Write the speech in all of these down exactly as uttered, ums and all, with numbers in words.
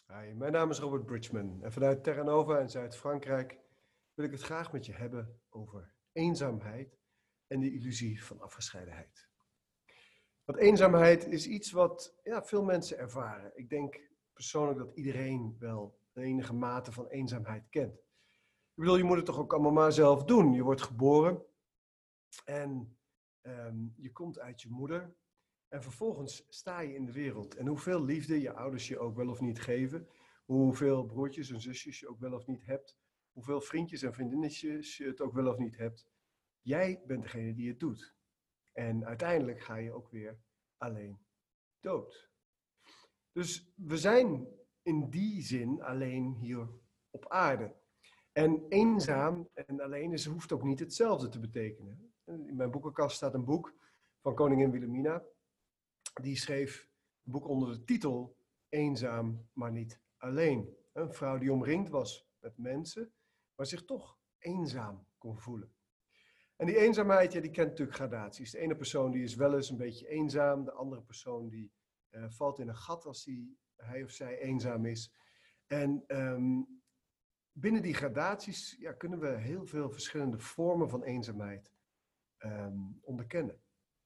Hi, mijn naam is Robert Bridgman en vanuit Terra Nova in Zuid-Frankrijk wil ik het graag met je hebben over eenzaamheid en de illusie van afgescheidenheid. Want eenzaamheid is iets wat ja, veel mensen ervaren. Ik denk persoonlijk dat iedereen wel een enige mate van eenzaamheid kent. Ik bedoel, je moet het toch ook allemaal maar zelf doen. Je wordt geboren en um, je komt uit je moeder en vervolgens sta je in de wereld. En hoeveel liefde je ouders je ook wel of niet geven, hoeveel broertjes en zusjes je ook wel of niet hebt, hoeveel vriendjes en vriendinnetjes je het ook wel of niet hebt, jij bent degene die het doet. En uiteindelijk ga je ook weer alleen dood. Dus we zijn in die zin alleen hier op aarde. En eenzaam en alleen is, hoeft ook niet hetzelfde te betekenen. In mijn boekenkast staat een boek van koningin Wilhelmina. Die schreef een boek onder de titel Eenzaam, maar niet alleen. Een vrouw die omringd was met mensen, maar zich toch eenzaam kon voelen. En die eenzaamheid, ja, die kent natuurlijk gradaties. De ene persoon die is wel eens een beetje eenzaam, de andere persoon die uh, valt in een gat als die, hij of zij eenzaam is. En um, binnen die gradaties ja, kunnen we heel veel verschillende vormen van eenzaamheid um, onderkennen.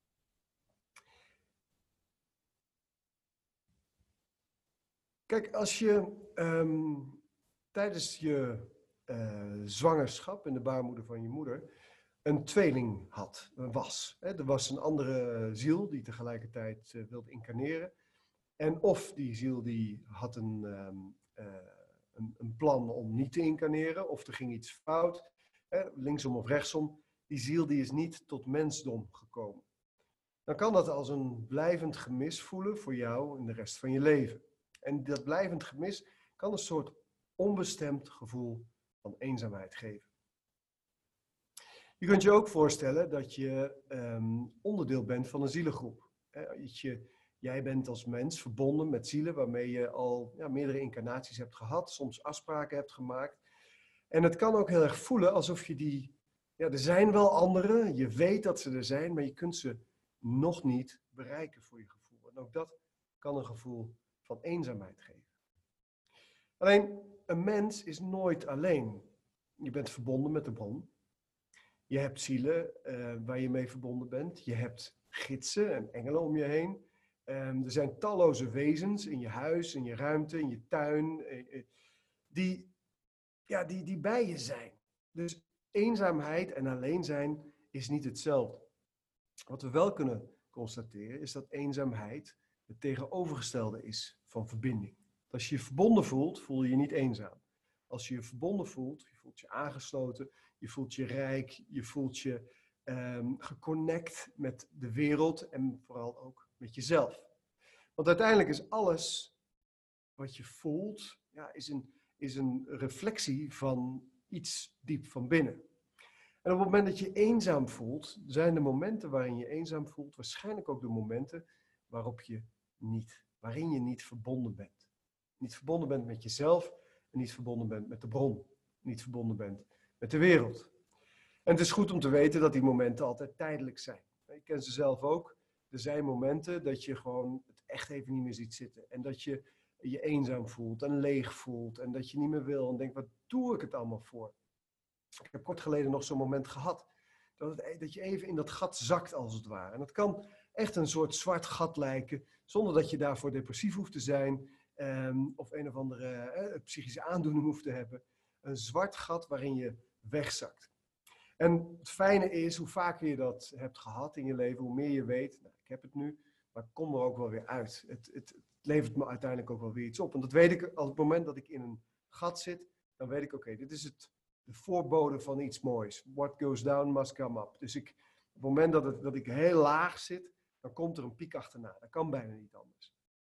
Kijk, als je um, tijdens je uh, zwangerschap in de baarmoeder van je moeder een tweeling had, een was. Hè? Er was een andere ziel die tegelijkertijd uh, wilde incarneren. En of die ziel die had een, um, uh, een, een plan om niet te incarneren, of er ging iets fout, hè? Linksom of rechtsom. Die ziel die is niet tot mensdom gekomen. Dan kan dat als een blijvend gemis voelen voor jou in de rest van je leven. En dat blijvend gemis kan een soort onbestemd gevoel van eenzaamheid geven. Je kunt je ook voorstellen dat je um, onderdeel bent van een zielengroep. Je, jij bent als mens verbonden met zielen waarmee je al ja, meerdere incarnaties hebt gehad, soms afspraken hebt gemaakt. En het kan ook heel erg voelen alsof je die... Ja, er zijn wel anderen, je weet dat ze er zijn, maar je kunt ze nog niet bereiken voor je gevoel. En ook dat kan een gevoel van eenzaamheid geven. Alleen, een mens is nooit alleen. Je bent verbonden met de bron. Je hebt zielen uh, waar je mee verbonden bent. Je hebt gidsen en engelen om je heen. Um, er zijn talloze wezens in je huis, in je ruimte, in je tuin, uh, die, ja, die, die bij je zijn. Dus eenzaamheid en alleen zijn is niet hetzelfde. Wat we wel kunnen constateren is dat eenzaamheid het tegenovergestelde is van verbinding. Als je je verbonden voelt, voel je je niet eenzaam. Als je je verbonden voelt, je voelt je aangesloten, je voelt je rijk, je voelt je um, geconnect met de wereld en vooral ook met jezelf. Want uiteindelijk is alles wat je voelt, ja, is, een, is een reflectie van iets diep van binnen. En op het moment dat je eenzaam voelt, zijn de momenten waarin je eenzaam voelt waarschijnlijk ook de momenten waarop je niet, waarin je niet verbonden bent. Niet verbonden bent met jezelf en niet verbonden bent met de bron. Niet verbonden bent met de wereld. En het is goed om te weten dat die momenten altijd tijdelijk zijn. Ik ken ze zelf ook. Er zijn momenten dat je gewoon het echt even niet meer ziet zitten. En dat je je eenzaam voelt en leeg voelt. En dat je niet meer wil en denkt, wat doe ik het allemaal voor? Ik heb kort geleden nog zo'n moment gehad. Dat, het, dat je even in dat gat zakt als het ware. En dat kan echt een soort zwart gat lijken. Zonder dat je daarvoor depressief hoeft te zijn. Um, of een of andere eh, psychische aandoening hoeft te hebben. Een zwart gat waarin je wegzakt. En het fijne is, hoe vaker je dat hebt gehad in je leven, hoe meer je weet, nou, ik heb het nu, maar ik kom er ook wel weer uit. Het, het, het levert me uiteindelijk ook wel weer iets op. En dat weet ik, op het moment dat ik in een gat zit, dan weet ik, oké, okay, dit is het, de voorbode van iets moois. What goes down must come up. Dus ik, op het moment dat, het, dat ik heel laag zit, dan komt er een piek achterna. Dat kan bijna niet anders.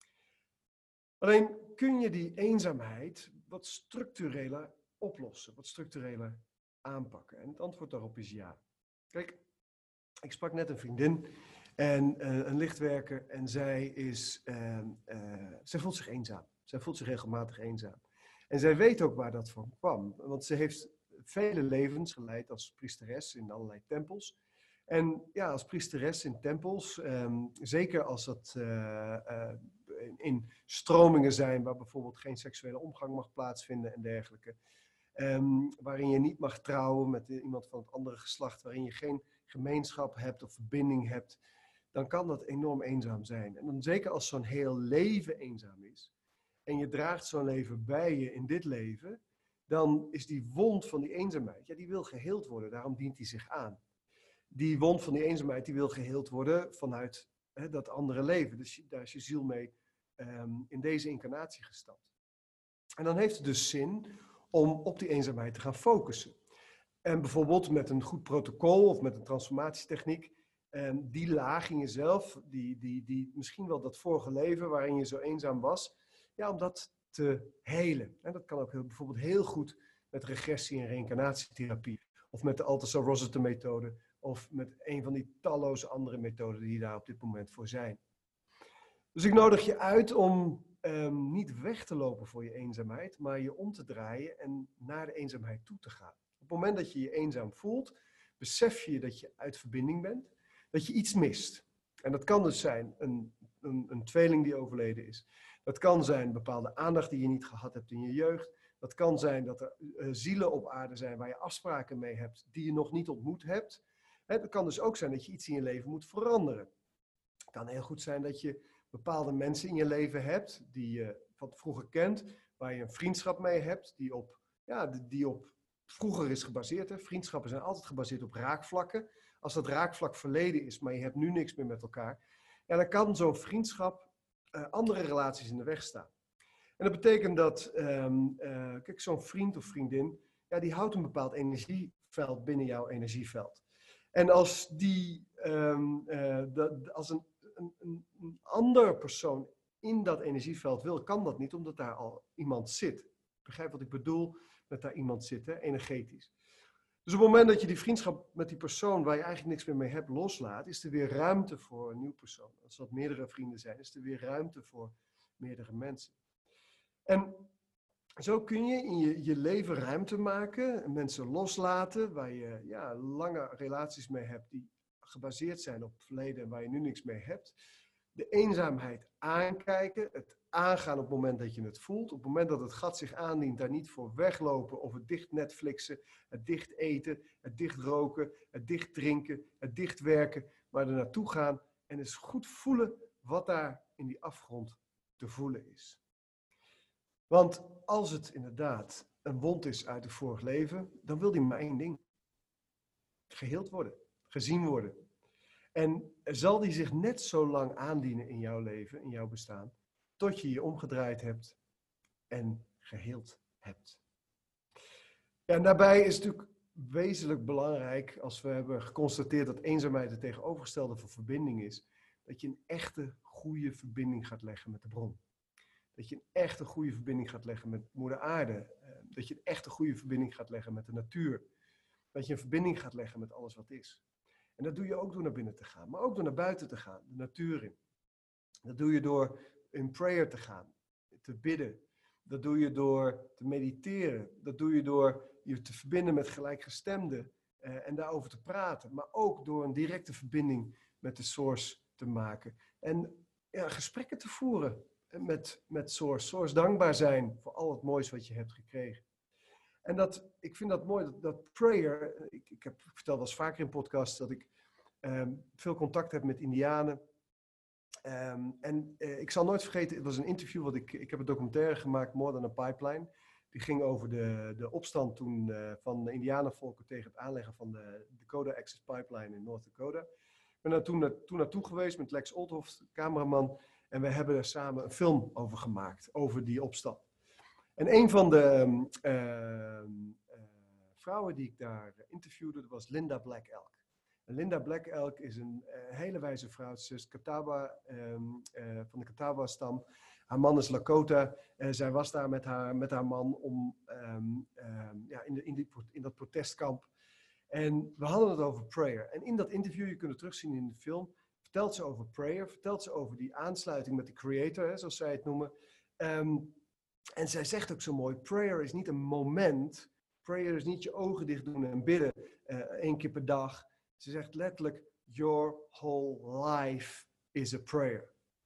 Alleen kun je die eenzaamheid wat structureler oplossen, wat structureler aanpakken? En het antwoord daarop is ja. Kijk, ik sprak net een vriendin en uh, een lichtwerker en zij is, uh, uh, zij voelt zich eenzaam. Zij voelt zich regelmatig eenzaam. En zij weet ook waar dat van kwam, want ze heeft vele levens geleid als priesteres in allerlei tempels. En ja, als priesteres in tempels, um, zeker als dat uh, uh, in, in stromingen zijn waar bijvoorbeeld geen seksuele omgang mag plaatsvinden en dergelijke. Um, waarin je niet mag trouwen met iemand van het andere geslacht, waarin je geen gemeenschap hebt of verbinding hebt, dan kan dat enorm eenzaam zijn. En dan zeker als zo'n heel leven eenzaam is, en je draagt zo'n leven bij je in dit leven, dan is die wond van die eenzaamheid, ja, die wil geheeld worden, daarom dient die zich aan. Die wond van die eenzaamheid, die wil geheeld worden vanuit hè, dat andere leven. Dus daar is je ziel mee um, in deze incarnatie gestapt. En dan heeft het dus zin om op die eenzaamheid te gaan focussen. En bijvoorbeeld met een goed protocol of met een transformatietechniek, um, die laag in jezelf, die, die, die, misschien wel dat vorige leven waarin je zo eenzaam was, ja, om dat te helen. En dat kan ook heel, bijvoorbeeld heel goed met regressie- en reïncarnatietherapie. Of met de Althusser-Rossiter-methode. Of met een van die talloze andere methoden die daar op dit moment voor zijn. Dus ik nodig je uit om um, niet weg te lopen voor je eenzaamheid, maar je om te draaien en naar de eenzaamheid toe te gaan. Op het moment dat je je eenzaam voelt, besef je dat je uit verbinding bent, dat je iets mist. En dat kan dus zijn een, een, een tweeling die overleden is. Dat kan zijn bepaalde aandacht die je niet gehad hebt in je jeugd. Dat kan zijn dat er uh, zielen op aarde zijn waar je afspraken mee hebt die je nog niet ontmoet hebt. Het kan dus ook zijn dat je iets in je leven moet veranderen. Het kan heel goed zijn dat je bepaalde mensen in je leven hebt die je van vroeger kent, waar je een vriendschap mee hebt, die op, ja, die op vroeger is gebaseerd. Hè. Vriendschappen zijn altijd gebaseerd op raakvlakken. Als dat raakvlak verleden is, maar je hebt nu niks meer met elkaar, ja, dan kan zo'n vriendschap uh, andere relaties in de weg staan. En dat betekent dat, um, uh, kijk, zo'n vriend of vriendin, ja, die houdt een bepaald energieveld binnen jouw energieveld. En als die, um, uh, de, als een, een, een ander persoon in dat energieveld wil, kan dat niet, omdat daar al iemand zit. Begrijp wat ik bedoel met daar iemand zit, hè? Energetisch. Dus op het moment dat je die vriendschap met die persoon, waar je eigenlijk niks meer mee hebt, loslaat, is er weer ruimte voor een nieuw persoon. Als dat meerdere vrienden zijn, is er weer ruimte voor meerdere mensen. En zo kun je in je, je leven ruimte maken, mensen loslaten, waar je ja, lange relaties mee hebt die gebaseerd zijn op het verleden en waar je nu niks mee hebt. De eenzaamheid aankijken, het aangaan op het moment dat je het voelt. Op het moment dat het gat zich aandient, daar niet voor weglopen of het dicht Netflixen, het dicht eten, het dicht roken, het dicht drinken, het dicht werken, maar er naartoe gaan en eens goed voelen wat daar in die afgrond te voelen is. Want als het inderdaad een wond is uit het vorig leven, dan wil die maar één ding. Geheeld worden, gezien worden. En zal die zich net zo lang aandienen in jouw leven, in jouw bestaan, tot je je omgedraaid hebt en geheeld hebt. Ja, en daarbij is het natuurlijk wezenlijk belangrijk, als we hebben geconstateerd dat eenzaamheid het tegenovergestelde van verbinding is, dat je een echte goede verbinding gaat leggen met de bron. Dat je een echte goede verbinding gaat leggen met moeder aarde. Dat je een echte goede verbinding gaat leggen met de natuur. Dat je een verbinding gaat leggen met alles wat is. En dat doe je ook door naar binnen te gaan, maar ook door naar buiten te gaan, de natuur in. Dat doe je door in prayer te gaan, te bidden. Dat doe je door te mediteren. Dat doe je door je te verbinden met gelijkgestemden eh, en daarover te praten. Maar ook door een directe verbinding met de source te maken. En ja, gesprekken te voeren met, met source. Source dankbaar zijn voor al het moois wat je hebt gekregen. En dat, ik vind dat mooi, dat, dat prayer, ik, ik heb ik vertel wel eens vaker in podcasts dat ik um, veel contact heb met Indianen. Um, en uh, ik zal nooit vergeten, het was een interview, wat ik, ik heb een documentaire gemaakt, More Than a Pipeline. Die ging over de, de opstand toen uh, van de Indianenvolken tegen het aanleggen van de Dakota Access Pipeline in North Dakota. Ik ben daar toen, na, toen naartoe geweest met Lex Oldhoff, de cameraman. En we hebben er samen een film over gemaakt, over die opstand. En een van de uh, uh, vrouwen die ik daar interviewde, dat was Linda Black Elk. En Linda Black Elk is een uh, hele wijze vrouw. Ze is Catawba, um, uh, van de Catawba-stam. Haar man is Lakota. Uh, zij was daar met haar, met haar man om, um, um, ja, in, de, in, die, in dat protestkamp. En we hadden het over prayer. En in dat interview, je kunt het terugzien in de film, vertelt ze over prayer. Vertelt ze over die aansluiting met de creator, hè, zoals zij het noemen. Um, En zij zegt ook zo mooi, prayer is niet een moment. Prayer is niet je ogen dicht doen en bidden uh, één keer per dag. Ze zegt letterlijk, your whole life is a prayer.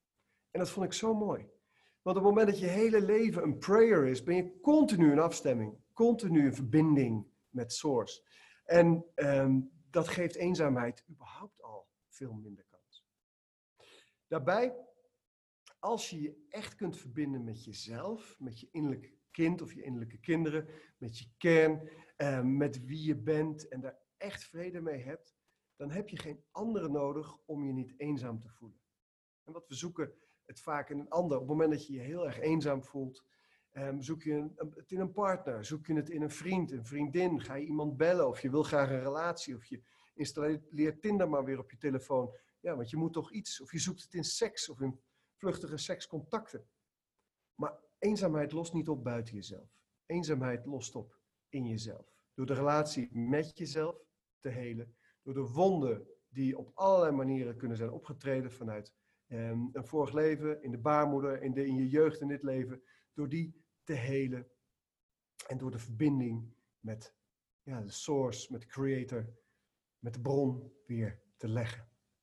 En dat vond ik zo mooi. Want op het moment dat je hele leven een prayer is, ben je continu in afstemming. Continu in verbinding met Source. En um, dat geeft eenzaamheid überhaupt al veel minder kans. Daarbij, als je je echt kunt verbinden met jezelf, met je innerlijke kind of je innerlijke kinderen, met je kern, uh, met wie je bent en daar echt vrede mee hebt, dan heb je geen andere nodig om je niet eenzaam te voelen. En wat we zoeken het vaak in een ander. Op het moment dat je je heel erg eenzaam voelt, um, zoek je een, het in een partner, zoek je het in een vriend, een vriendin, ga je iemand bellen of je wil graag een relatie of je installeert Tinder maar weer op je telefoon. Ja, want je moet toch iets, of je zoekt het in seks of in vluchtige sekscontacten. Maar eenzaamheid lost niet op buiten jezelf. Eenzaamheid lost op in jezelf. Door de relatie met jezelf te helen, door de wonden die op allerlei manieren kunnen zijn opgetreden vanuit Um, een vorig leven, in de baarmoeder, in, de, in je jeugd in dit leven, door die te helen en door de verbinding met ja, de source, met de creator, met de bron weer te leggen.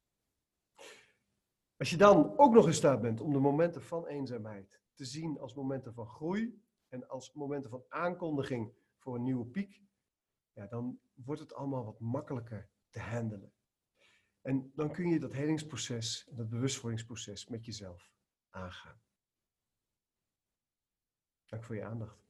Als je dan ook nog in staat bent om de momenten van eenzaamheid te zien als momenten van groei en als momenten van aankondiging voor een nieuwe piek, ja, dan wordt het allemaal wat makkelijker te handelen. En dan kun je dat helingsproces, dat bewustwordingsproces met jezelf aangaan. Dank voor je aandacht.